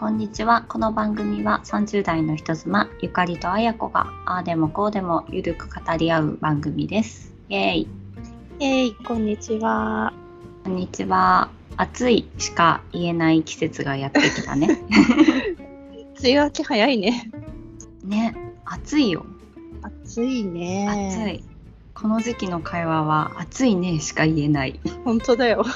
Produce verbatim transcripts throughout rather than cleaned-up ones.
こんにちは。この番組はさんじゅう代の人妻ゆかりとあやこがああでもこうでもゆるく語り合う番組です。イエーイ。 えい、こんにちは。 こんにちは。暑いしか言えない季節がやってきたね。 梅雨明け早いね。 ね、暑いよ。 暑いね。 暑い。この時期の会話は暑いねしか言えない。 本当だよ。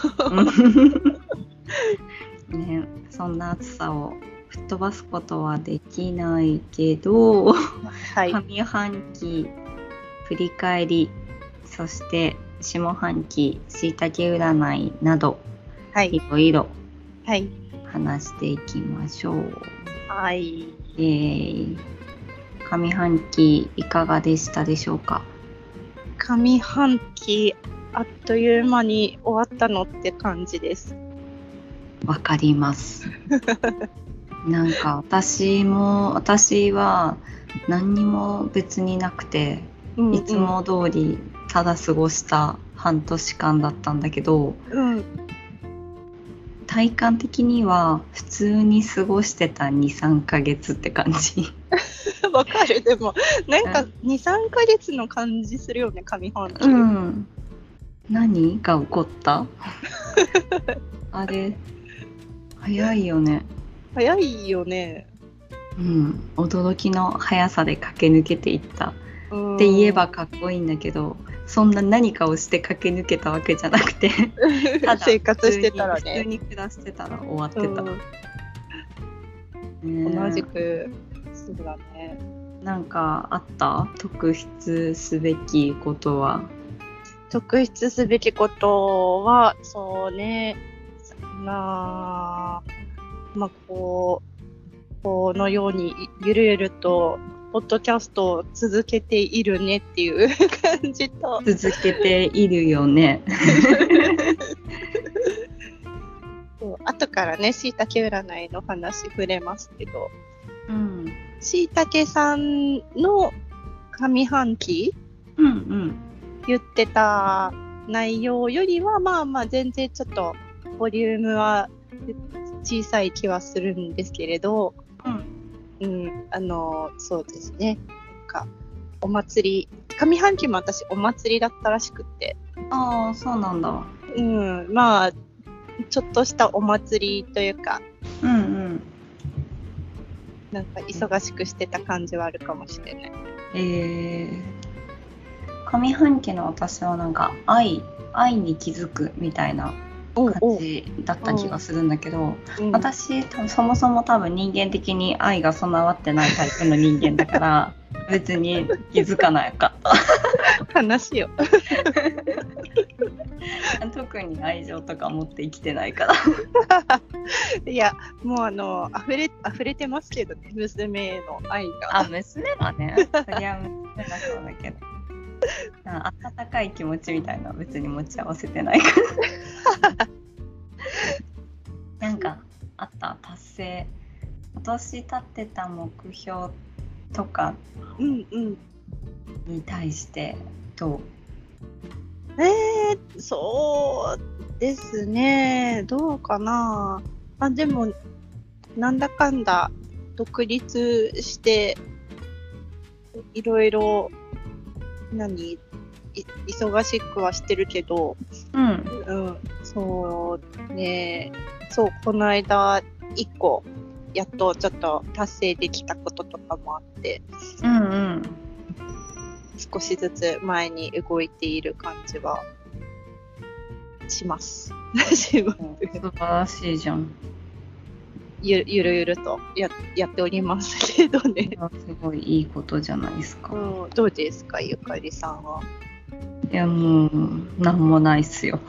ね、そんな暑さを吹っ飛ばすことはできないけど、 はい、 上半期振り返り、そして下半期しいたけ占いなど、 はい、 いろいろはい、 話していきましょう。 はい。 えー、上半期いかがでしたでしょうか。 上半期あっという間に終わったのって感じです。 わかります。なんか私も私は何にも別になくて、 うんうん、 いつも通りただ過ごした半年間だったんだけど、 うん、 体感的には普通に過ごしてた にさんかげつって感じ。 わかる。でもなんか にさんかげつの感じするよね、上半期。 うん。何が起こったあれ早いよね。 早いよね。 うん、驚きの速さで駆け抜けていったうんって言えばかっこいいんだけど、そんな何かをして駆け抜けたわけじゃなくてただ生活してたらね、 普通に暮らしてたら終わってた、 うんね、 同じくそうだね。 なんかあった？特筆すべきことは。 特筆すべきことはそうね、まあ、まあこうこのようにゆるゆるとポッドキャストを続けているねっていう感じと、 続けているよね。 そう後からね、しいたけ占いの話触れますけど、 うん、 しいたけさんの上半期、 うんうん言ってた内容よりはまあまあ全然ちょっとボリュームは小さい気はするんですけれど、うん、うん、あのそうですね、なんかお祭り、上半期も私お祭りだったらしくって、 ああそうなんだ。 うん、まあちょっとしたお祭りというか、 うんうんなんか忙しくしてた感じはあるかもしれない。 えー、上半期の私はなんか愛愛に気づくみたいな感じだった気がするんだけど、 うん、 私そもそも多分人間的に愛が備わってないタイプの人間だから別に気づかなかった話よ特に愛情とか持って生きてないからいやもうあの溢れ溢れてますけどね、娘への愛が。 あ、娘はね、そりゃ娘だそうだけど温かい気持ちみたいなのは別に持ち合わせてないからなんかあった達成、今年立ってた目標とかうんうんに対してどう？ えー、そうですね、どうかなあ。でもなんだかんだ独立していろいろ何い忙しくはしてるけど、 うん、 うん、そうね、そうこの間一個やっとちょっと達成できたこととかもあって、 うんうん少しずつ前に動いている感じはします。します。 素晴らしいじゃん。 ゆ, ゆるゆると や, やっておりますけどね。 すごいいいことじゃないですか。 うん、どうですか、ゆかりさんは。 いやもう何もないっすよ。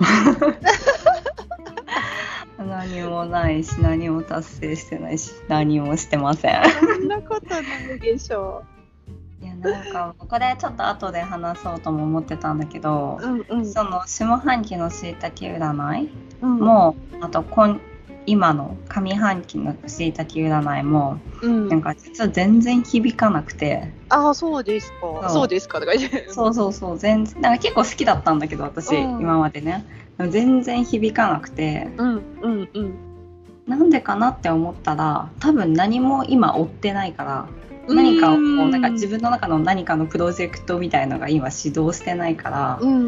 何もないし何も達成してないし何もしてません。 そんなことないでしょう。 いやなんかこれちょっと後で話そうとも思ってたんだけど、 うんうん、 その下半期のしいたけ占い、 うん、 もあと今今の上半期のしいたけ占いも、うん、なんか実は全然響かなくて。 ああそうですか。そう、そうですかとか言って。 そうそうそう全然なんか結構好きだったんだけど私、うん、今までね全然響かなくて、 うんうんうん、 なんでかなって思ったら、多分何も今追ってないから、何かをこうなんか自分の中の何かのプロジェクトみたいのが今始動してないから、 うん、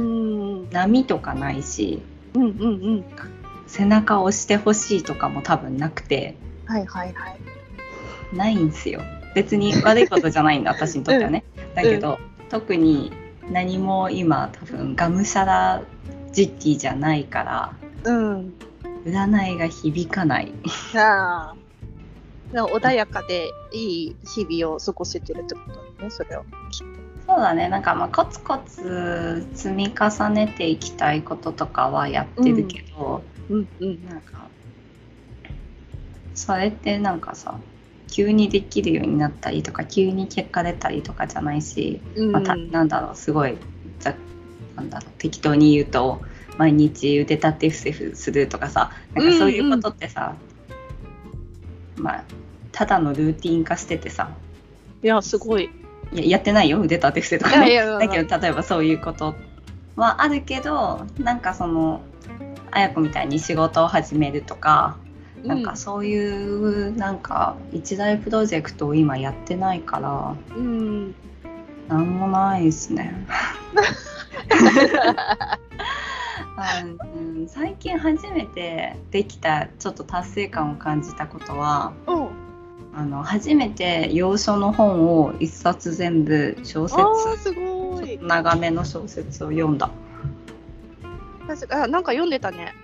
波とかないし、 うんうんうん、 背中を押してほしいとかも多分なくて、 はいはいはい、 ないんですよ。別に悪いことじゃないんだ私にとってはね、うん、だけど、うん、特に何も今多分がむしゃら時期じゃないから、うん、占いが響かない。あ穏やかでいい日々を過ごせてるってことね、それは。 そうだね、なんかまあコツコツ積み重ねていきたいこととかはやってるけど、うんうんうん、なんかそれってなんかさ、急にできるようになったりとか急に結果出たりとかじゃないし、うん、またなんだろう、すごいざなんだろう適当に言うと毎日腕立て伏せするとかさ、なんかそういうことってさ、うんうん、まあただのルーティン化しててさ、 いやすごい、 いややってないよ腕立て伏せとかね、いやいやだけど例えばそういうことはあるけど、なんかそのあやこみたいに仕事を始めるとか、なんかそういうなんか一大プロジェクトを今やってないから、うん、なんもないですね。あの最近初めてできたちょっと達成感を感じたことは、うん、あの初めて洋書の本を一冊全部小説、 すごい長めの小説を読んだ。 あ、なんか読んでたね。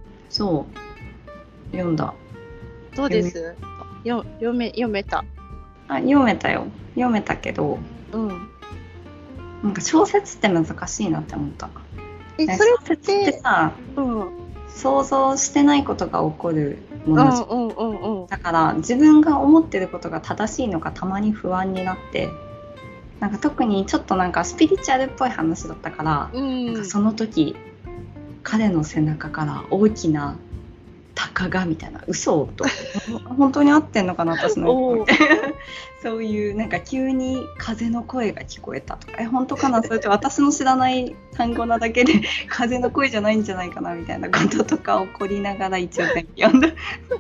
そう読んだ。 どうです？よ読め読めた。 あ、読めたよ。読めたけど、うん、なんか小説って難しいなって思った。 え、それって小説ってさ、うん、想像してないことが起こるものじゃん、うんうんうん、だから自分が思ってることが正しいのかたまに不安になって、なんか特にちょっとなんかスピリチュアルっぽい話だったから、うん、なんかその時彼の背中から大きな鷹がみたいな、嘘と本当に合ってんのかな私のそういうなんか急に風の声が聞こえたとか、え本当かな、それって私の知らない単語なだけで風の声じゃないんじゃないかなみたいなこととか起こりながら一応読んだ。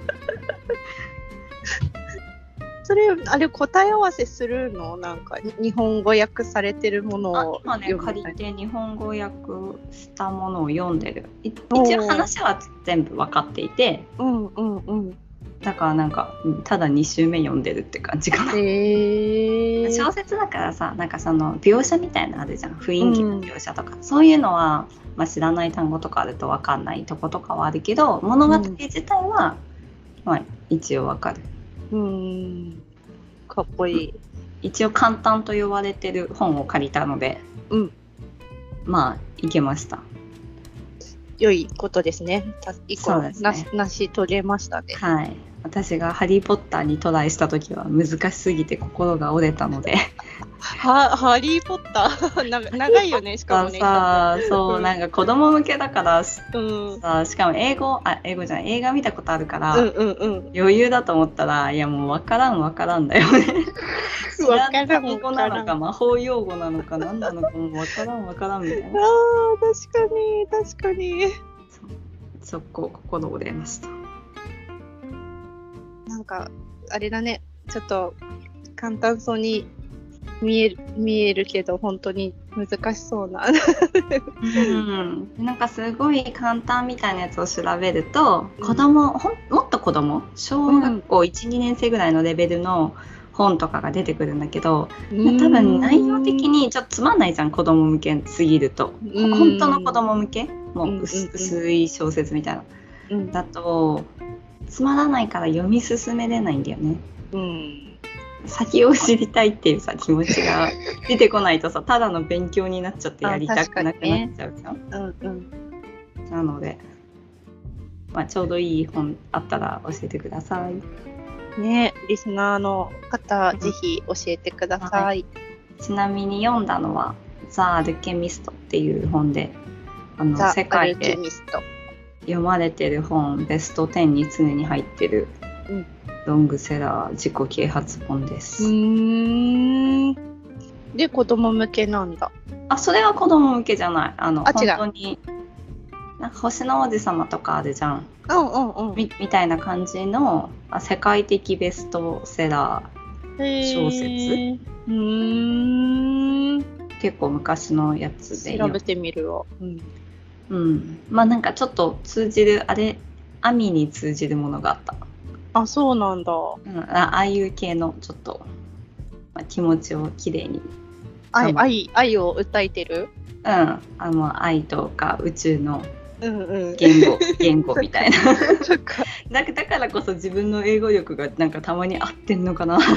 それあれ答え合わせするの？なんか日本語訳されてるものを今ね借りて日本語訳したものを読んでる。一応話は全部分かっていて、うんうんうん、だからなんかただに週目読んでるって感じかな。へー。小説だからさ、なんかその描写みたいなのあるじゃん、雰囲気の描写とか、うん、そういうのは、まあ、知らない単語とかあると分かんないとことかはあるけど、物語自体は、うん、まあ、一応分かる。 うーん、かっこいい。 一応簡単と呼ばれてる本を借りたので、うん、まあいけました。 良いことですね。一個な成し遂げましたね。 はい。私がハリーポッターにトライした時は難しすぎて心が折れたので。 はハリーポッターな長いよね、しかもね。 さそう、なんか子供向けだから、うん、さしかも英語あ英語じゃない映画見たことあるから、うんうんうん、余裕だと思ったら、いやもう分からん分からんだよね。知らん単語なのか魔法用語なのか何なのかも分からん分からんみたいな。 あ確かに確かに。 そこ心折れました。 なんかあれだね、ちょっと簡単そうに見える見えるけど本当に難しそうな、 うん、なんかすごい簡単みたいなやつを調べると、うん、子供ほもっと子供小学校 いち,に 年生ぐらいのレベルの本とかが出てくるんだけど、うん、多分内容的にちょっとつまんないじゃん、子供向けすぎると、うん、本当の子供向けもう 薄,、うん、薄い小説みたいな、うん、だとつまらないから読み進めれないんだよね、うん、先を知りたいっていうさ気持ちが出てこないとさ、ただの勉強になっちゃってやりたくなくなっちゃうじゃん、ね、うんうん、なので、まあ、ちょうどいい本あったら教えてくださいね。リスナーの方、うん、ぜひ教えてください、はい、 ちなみに読んだのはザ・アルケミストっていう本で、あの世界で読まれてる本ベストじゅうに常に入ってる、うん、ロングセラー自己啓発本です。うーん、で子供向けなんだ。 あ、それは子供向けじゃない。あのあ本当になんか星の王子様とかあるじゃん。 うんうんうん。 み, みたいな感じのあ世界的ベストセラー小説。 へーうーん。 結構昔のやつで調べてみるわ。うん。 うん、まあなんかちょっと通じるあれアミに通じるものがあった。 あ、そうなんだ。 うん、あ, ああいう系のちょっと、まあ、気持ちをきれいに。 愛、 あの愛、愛を訴えてる。 うん、あの愛とか宇宙のうんうん。 言語言語みたいな。 そっか。 だだからこそ自分の英語力がなんかたまに合ってんのかなって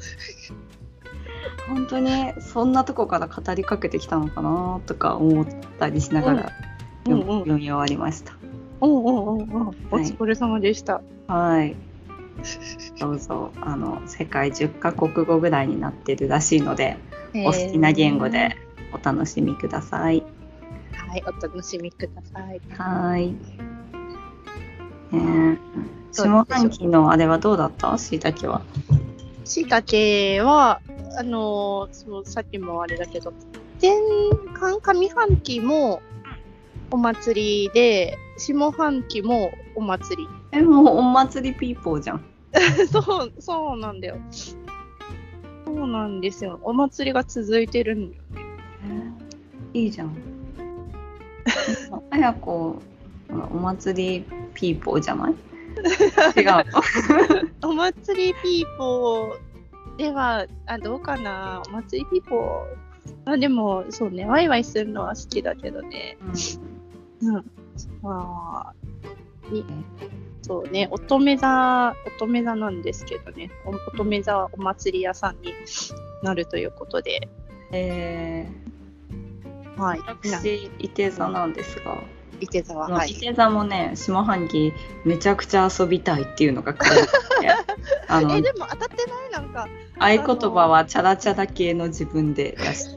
本当にそんなとこから語りかけてきたのかなとか思ったりしながら、 うんうんうん、 読み終わりました。 うんうんうんうん。お疲れ様でした。 はい。どうぞあの世界じゅっカ国語ぐらいになってるらしいので、お好きな言語でお楽しみください。 はい、お楽しみください。 はい。えー、下半期のあれはどうだった？しいたけは。 しいたけはあのー、そうさっきもあれだけど、前半上半期もお祭りで、下半期もお祭り。 え、もうお祭りピーポーじゃん。 そうそうなんだよ。そうなんですよ。お祭りが続いてるんだよね。 いいじゃん。あやこお祭りピーポーじゃない？違う。 お祭りピーポーではあどうかな。お祭りピーポーあでもそうね、ワイワイするのは好きだけどね。うん。うん、まあにそうね、乙女座乙女座なんですけどね。乙女座お祭り屋さんになるということで。 えー、 はい。 私いて座なんですが。 いて座は、はい、 いて座もね、下半期めちゃくちゃ遊びたいっていうのが来るあのえでも当たってないなんか合言葉はチャラチャラ系の自分で出し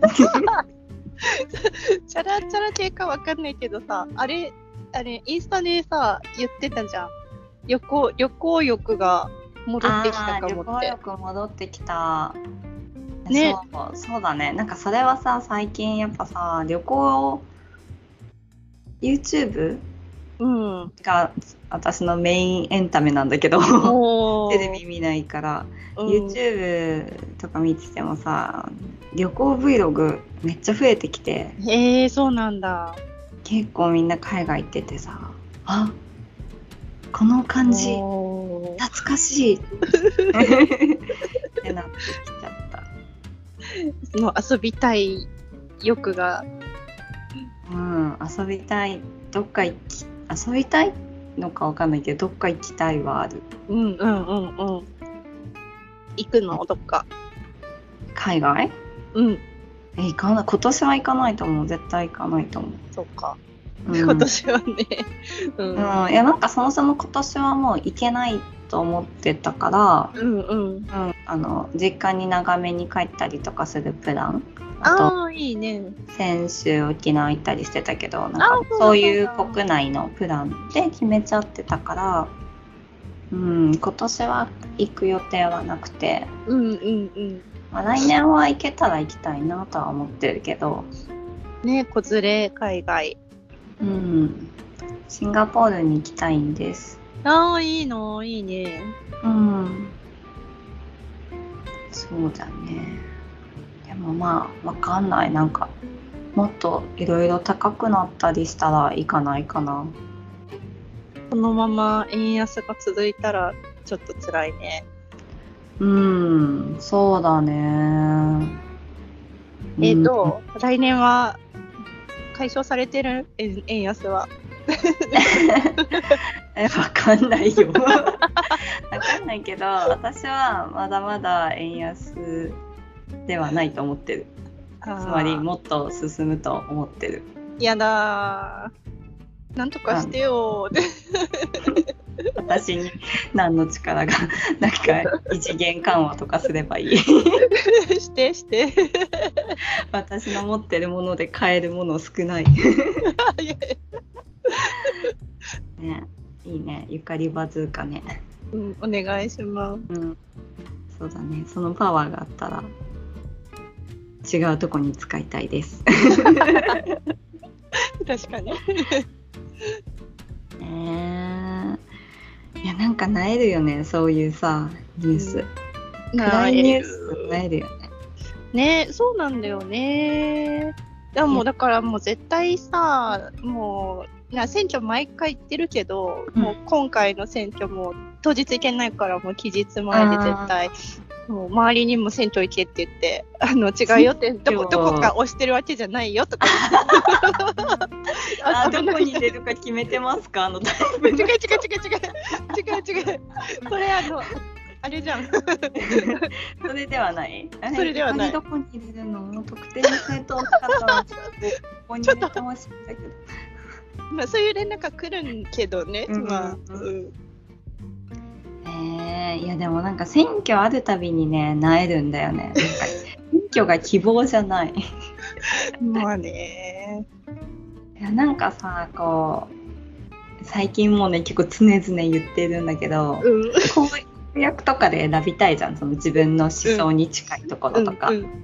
チャラチャラ系かわかんないけどさ、あれあれインスタでさ言ってたじゃん。旅行旅行欲が戻ってきたかもって。 旅行欲戻ってきた。 ね、 そう、そうだね。なんかそれはさ、最近やっぱさ、旅行 YouTube うん、 が私のメインエンタメなんだけどテレビ見ないから、うん、YouTube とか見ててもさ、旅行 Vlog めっちゃ増えてきて。 へえ、そうなんだ。 結構みんな海外行っててさ、あ、この感じ懐かしいってなってきちゃった。 その遊びたい欲が、 うん、遊びたい、どっか行き遊びたいのかわかんないけど、どっか行きたいはある。 うんうんうんうん。行くのどっか。海外？ うん。 え、行かない。今年は行かないと思う。絶対行かないと思う。 そっか。 うん、 今年はね。 うん。うん、いやなんかそもそも今年はもう行けないと思ってたから、 うんうん。うん、 あの実家に長めに帰ったりとかするプラン。 ああ、いいね。 先週沖縄行ったりしてたけど、なんかそういう国内のプランで決めちゃってたから、うん、今年は行く予定はなくて、 うんうんうん。 まあ、来年は行けたら行きたいなとは思ってるけど。 ね、子連れ海外。 うん。シンガポールに行きたいんです。 ああ、いいの、いいね。 うん。そうだね。でもまあわかんない、なんかもっといろいろ高くなったりしたら行かないかな。 このまま円安が続いたらちょっと辛いね。 うん、そうだね。 えっと、うん、来年は解消されてる？円、円安は。 え、わかんないよ。わかんないけど、私はまだまだ円安ではないと思ってる。つまりもっと進むと思ってる。 やだー、なんとかしてよー。 私に何の力がなんか一元緩和とかすればいい。 してして私の持ってるもので買えるもの少ない。ね、いいね、ゆかりバズーカね。 うん、お願いします。 うん、そうだね、そのパワーがあったら違うとこに使いたいです。 確かに。 ねえ。いやなんかなえるよね、そういうさニュース、 うん、 暗いニュースなえるよね。 ね、そうなんだよね。でももうだからもう絶対さ、もうな選挙毎回言ってるけど、うん、もう今回の選挙も当日行けないからもう期日前で絶対もう周りにも選挙行けって言ってあの違うよってどこどこか押してるわけじゃないよとかあどこに出るか決めてますかあのタイプ。 違う違う違う違う違う違うこれあのあれじゃんそれではないそれではない。 どこに入れるの特定の政党の方はここに入れてほしいんだけどまあそういう連絡が来るんけどね、うんまあうんえー、いやでもなんか選挙あるたびにねなえるんだよね。なんか選挙が希望じゃないまあねいやなんかさこう最近もね結構常々言ってるんだけど、うん、公約とかで選びたいじゃんその自分の思想に近いところとか、うんうんうん、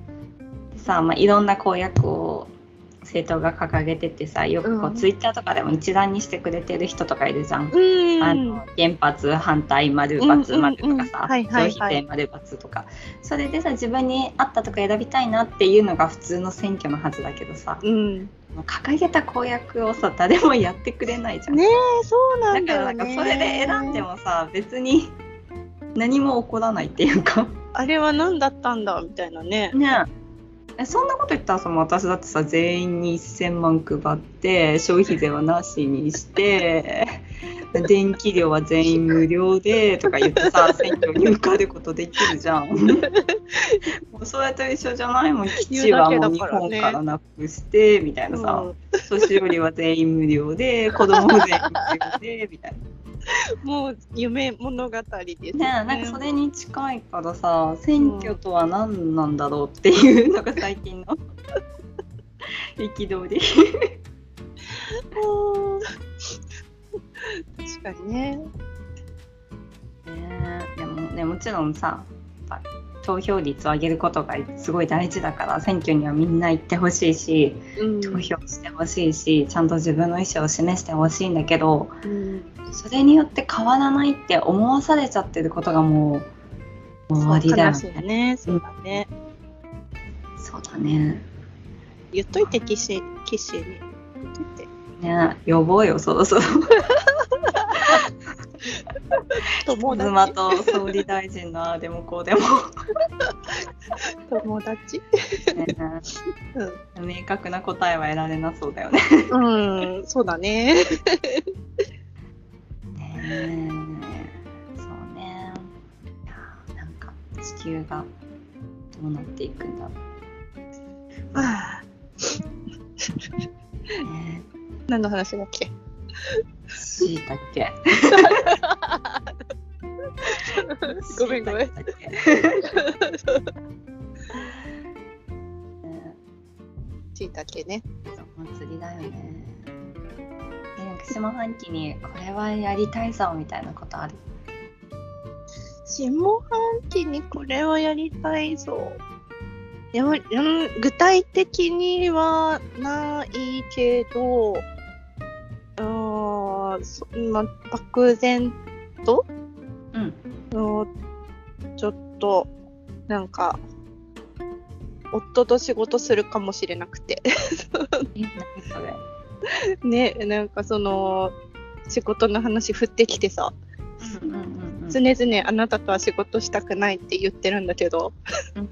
でさ、まあ、いろんな公約を政党が掲げててさよくこう、うん、ツイッターとかでも一覧にしてくれてる人とかいるじゃん、うん、あの原発反対丸×丸とかさ消費税丸×とかそれでさ自分に合ったとか選びたいなっていうのが普通の選挙のはずだけどさ、うん、掲げた公約をさ誰もやってくれないじゃん。 ねえそうなんだよね。 だからなんかそれで選んでもさ別に何も起こらないっていうかあれは何だったんだみたいなね。 ねえそんなこと言ったらさ私だってさ全員にせんまん配って消費税はなしにして電気料は全員無料でとか言ってさ選挙に受かることできるじゃんもうそれと一緒じゃないもん。基地はもう日本からなくしてみたいなさ、うん、年寄りは全員無料で子供も全員無料でみたいなもう夢物語ですね。 ねなんかそれに近いからさ選挙とは何なんだろうっていうのが最近の憤り確かにね。 ねでもねもちろんさ投票率を上げることがすごい大事だから選挙にはみんな行ってほしいし、うん、投票してほしいしちゃんと自分の意思を示してほしいんだけど、うん、それによって変わらないって思わされちゃってることがもう終わりだよね。 そうだね。 そうだね。 言っといて騎士騎士に言っといて。 ね呼ぼうよそろそろ。妻と総理大臣のああでもこうでも友達、 ねうん、明確な答えは得られなそうだよね。 うんそうだね。ねえそうね。いやなんか地球がどうなっていくんだろう。はあね、何の話だっけ。 しいたけごめんごめんしいたけねお祭りだよね。え下半期にこれはやりたいぞみたいなことある？ 下半期にこれはやりたいぞやも具体的にはないけどまあ、漠然と、うん、ちょっとなんか夫と仕事するかもしれなくてねなんかその仕事の話振ってきてさ、うんうんうんうん、常々あなたとは仕事したくないって言ってるんだけど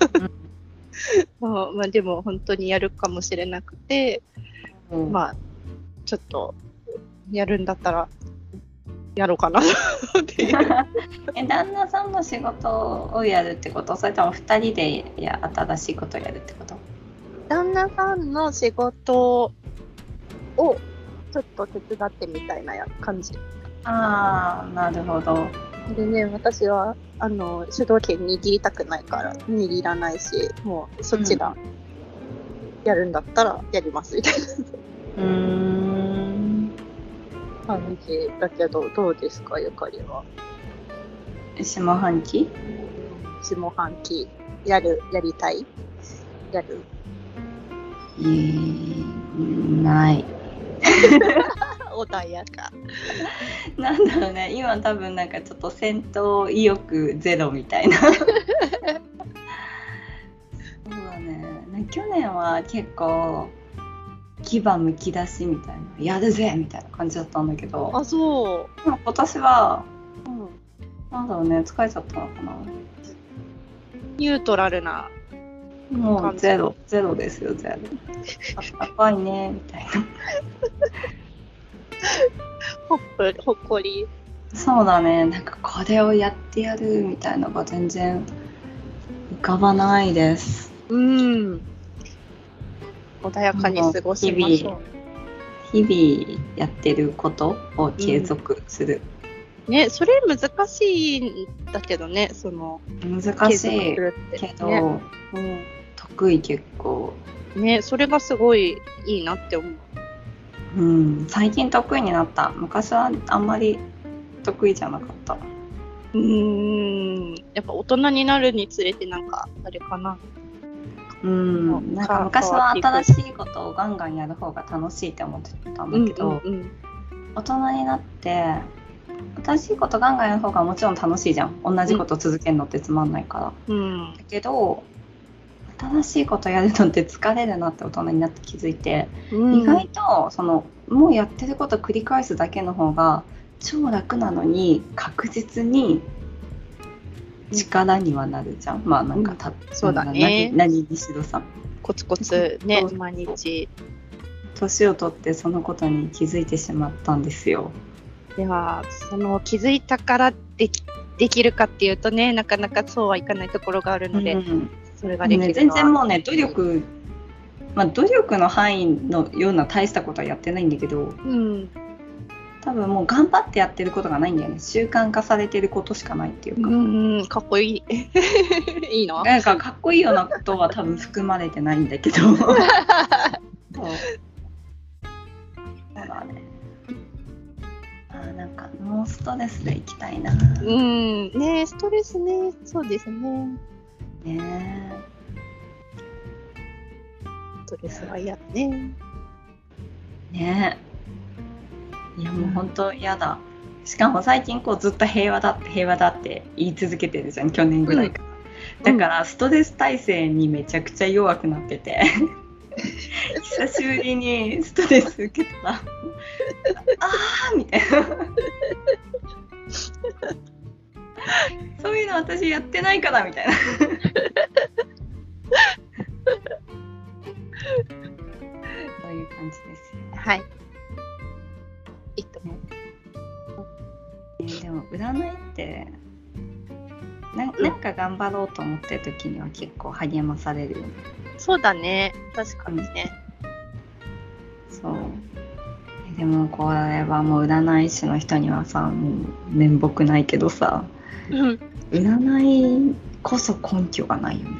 まあ、まあでも本当にやるかもしれなくて、うん、まあちょっとやるんだったらやろうかなっていうえ旦那さんの仕事をやるってこと？それともふたりでや新しいことをやるってこと？ 旦那さんの仕事をちょっと手伝ってみたいな感じ。 ああなるほど。 でね私はあの主導権握りたくないから握らないしもうそっちがやるんだったらやりますみたいな、うん、うーん感じだけどどうですかゆかりは。 下半期下半期やるやりたいやるえー、ない穏やか。 なんだろうね、今多分なんかちょっと戦闘意欲ゼロみたいな。そうだね。去年は結構牙むき出しみたいな、やるぜみたいな感じだったんだけど、 あ、そう。 でも今年は、 うん、 なんだろうね、疲れちゃったのかな。 ニュートラルな。 もうゼロ、ゼロですよ、ゼロ。あったかいね、みたいな。 ほっこり、ほっこり。 そうだね、なんかこれをやってやるみたいなのが全然浮かばないです。 うん。穏やかに過ごしましょう。 日々やってることを継続する。 うん、ね、それ難しいんだけどね、その難しいけど、ね、うん、得意結構。 ね、それがすごいいいなって思う。 うん、最近得意になった。昔はあんまり得意じゃなかった。 うーん、やっぱ大人になるにつれてなんかあれかな。 うん、なんか昔は新しいことをガンガンやる方が楽しいって思ってたんだけど、うんうんうん、大人になって新しいことガンガンやる方がもちろん楽しいじゃん。同じこと続けるのってつまんないから、うん、だけど新しいことやるのって疲れるなって大人になって気づいて、うん、意外とそのもうやってること繰り返すだけの方が超楽なのに確実に力にはなるじゃん。まあなんかた、うん、 そうだね。 何にしろさ、 コツコツね、毎日。 年を取ってそのことに気づいてしまったんですよ。 ではその気づいたからでき、できるかっていうとね、なかなかそうはいかないところがあるので、うん、それができるのは、ね、 全然もうね、努力、まあ努力の範囲のような大したことはやってないんだけど、うん、多分もう頑張ってやってることがないんだよね。習慣化されてることしかないっていうか。 うんうん、かっこいい。いいな。 なんかかっこいいようなことは多分含まれてないんだけど。そう。そうだね。あ、なんかノーストレスでいきたいな。 うんね、ストレスね、そうですね。 ね。 ストレスは嫌ね。 ね。いやもう本当やだ。しかも最近こうずっと平和だって平和だって言い続けてるじゃん、去年ぐらいから、うん、だからストレス耐性にめちゃくちゃ弱くなってて久しぶりにストレス受けたらあーみたいなそういうの私やってないからみたいなそういう感じですよ。 はい、いいと思う。 えー、でも占いってな、なんか頑張ろうと思ってる時には結構励まされるよね。 そうだね、確かにね、 うん、そう。でもこれはもう占い師の人にはさ、もう面目ないけどさ、うん、占いこそ根拠がないよね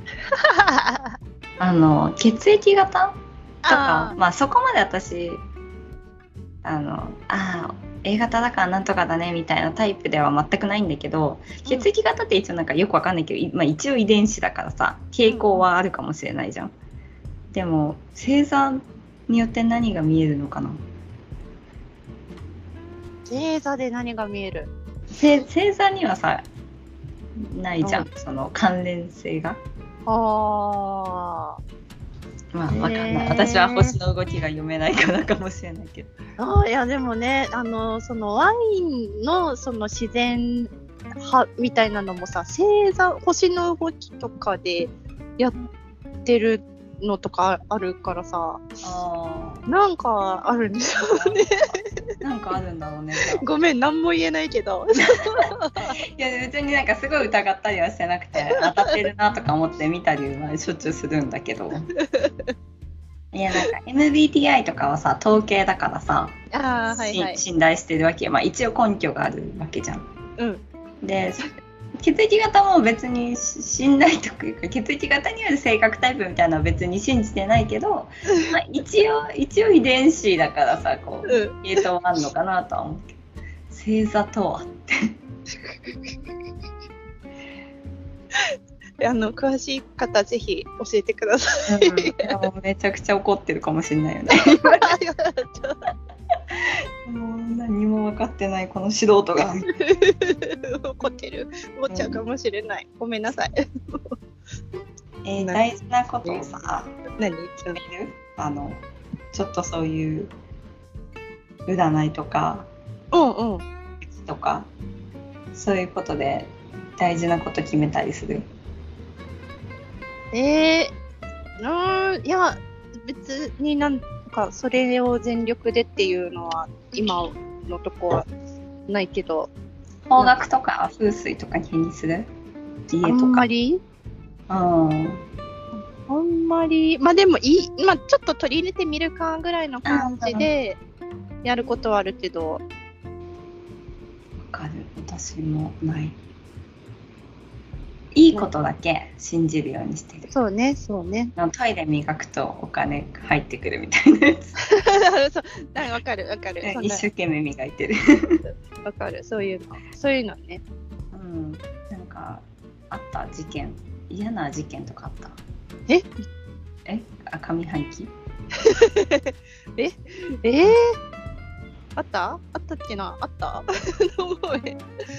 あの血液型とか、あまあそこまで私あのあ A 型だからなんとかだねみたいなタイプでは全くないんだけど、血液型って一応なんかよくわかんないけど、まあ、一応遺伝子だからさ傾向はあるかもしれないじゃん。でも星座によって何が見えるのかな。 星座で何が見える？ 星座にはさないじゃん、その関連性が。あまあわかんない、私は星の動きが読めないからかもしれないけど。 あいやでもね、あのそのワインのその自然派みたいなのもさ、星座星の動きとかでやってるのとかあるからさ、あなんかあるんですよね。 なんかあるんだろうね。 ごめん、何も言えないけど。 いや別になんかすごい疑ったりはしてなくて、当たってるなとか思って見たりはしょっちゅうするんだけど。いやなんか エムビーティーアイ とかはさ統計だからさ、あ、はいはい、信頼してるわけよ。まあ一応根拠があるわけじゃん。うん。で血液型も別に信頼というか、血液型による性格タイプみたいなのは別に信じてないけど、まあ、一応一応遺伝子だからさ、こう系統あるのかなとは思うけど、星座とはってあの詳しい方ぜひ教えてください。 うん、めちゃくちゃ怒ってるかもしれないよね。 ないこの素人が怒ってる怒っちゃうかもしれない、うん、ごめんなさいえー、大事なことをさ何決めるあのちょっとそういう占いとかうんうんとかそういうことで大事なこと決めたりする？ えー、うんいや別になんかそれを全力でっていうのは今のとこはないけど、 方角とか風水とか気にする？家とかあんまりうんあんまりまあでもいい、まあ、ちょっと取り入れてみるかぐらいの感じでやることはあるけど。 わかる、私もない。いいことだけ信じるようにしてる。 そうねそうねトイレ磨くとお金入ってくるみたいなやつそうわかるわかる一生懸命磨いてるわかるそういうのそういうのね。 うんなんかあった事件嫌な事件とかあった？ ええあ上半期ええー、あったあったっけなあったあったっけ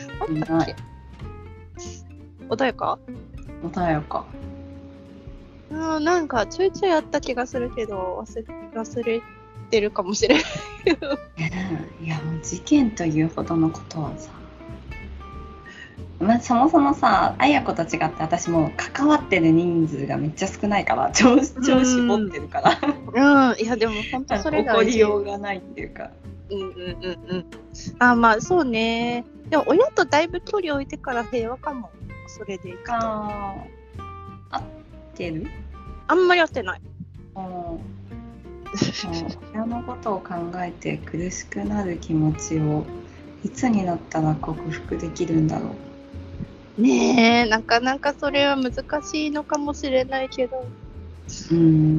穏やか穏やかうんなんかちょいちょいあった気がするけど忘れ忘れてるかもしれないいやもう事件というほどのことはさ、まあ、そもそもさあや子と違って私も関わってる人数がめっちゃ少ないから超超絞ってるからうんいやでも本当それが起こりようがないっていうかうんうんうんうんあまあそうねでも親とだいぶ距離を置いてから平和かもそれでいくとあ合ってる？ あんまり合ってないうん親のことを考えて苦しくなる気持ちをいつになったら克服できるんだろうねえなかなかそれは難しいのかもしれないけどうん、うん、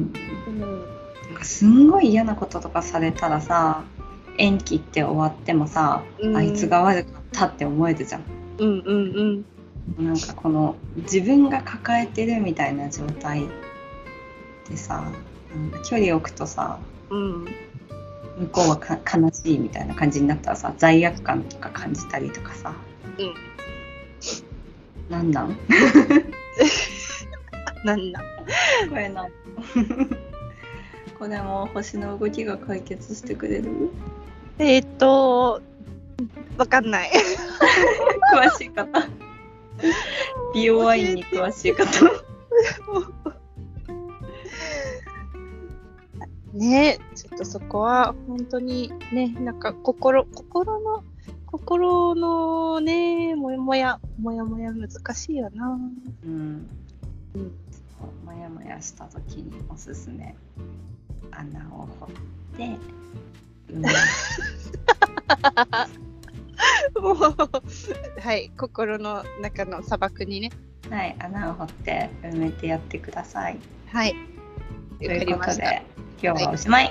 なんかすんごい嫌なこととかされたらさ縁切って終わってもさ、うん、あいつが悪かったって思えるじゃん。 うんうんうんなんかこの自分が抱えてるみたいな状態でさなんか距離を置くとさ、うん、向こうはか悲しいみたいな感じになったらさ罪悪感とか感じたりとかさ、うん、なんなんなんなんこれなこれも星の動きが解決してくれる？ えー、っとわかんない詳しい方美容ワインに詳しい方ねちょっとそこは本当にねなんか心心の心のねもやもやもやもや難しいよな。うん、 うん、もやもやした時におすすめ穴を掘ってうんもうはい心の中の砂漠にねはい穴を掘って埋めてやってください。 はいということで今日はおしまい。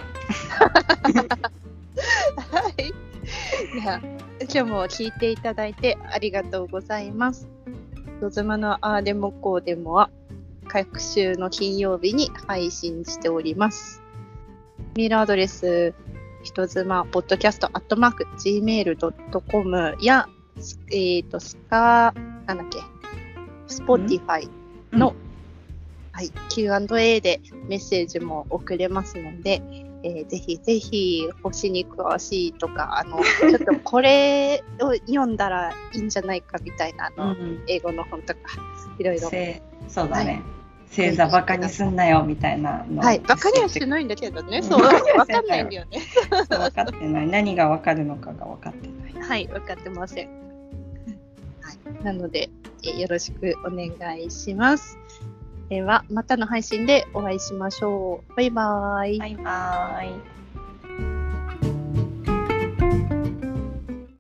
はい。では今日も聞いていただいてありがとうございます。人妻のあーでもこうでもは各週の金曜日に配信しております。メールアドレス人妻ポッドキャストアットマーク ジーメールドットコム やえっ、ー、とスカなんだっけスポティファイの、うんはい、キューアンドエー でメッセージも送れますので、えー、ぜひぜひ星に詳しいとかあのちょっとこれを読んだらいいんじゃないかみたいなの、うん、英語の本とかいろいろそうだね、はい、星座バカにすんなよみたいなのはいバカにはしてないんだけどね、うん、そう分かんないんだよねそう分かってない何が分かるのかが分かってないはい分かってません、はい、なので、えー、よろしくお願いします。ではまたの配信でお会いしましょう。バイバーイ。 バイバーイ。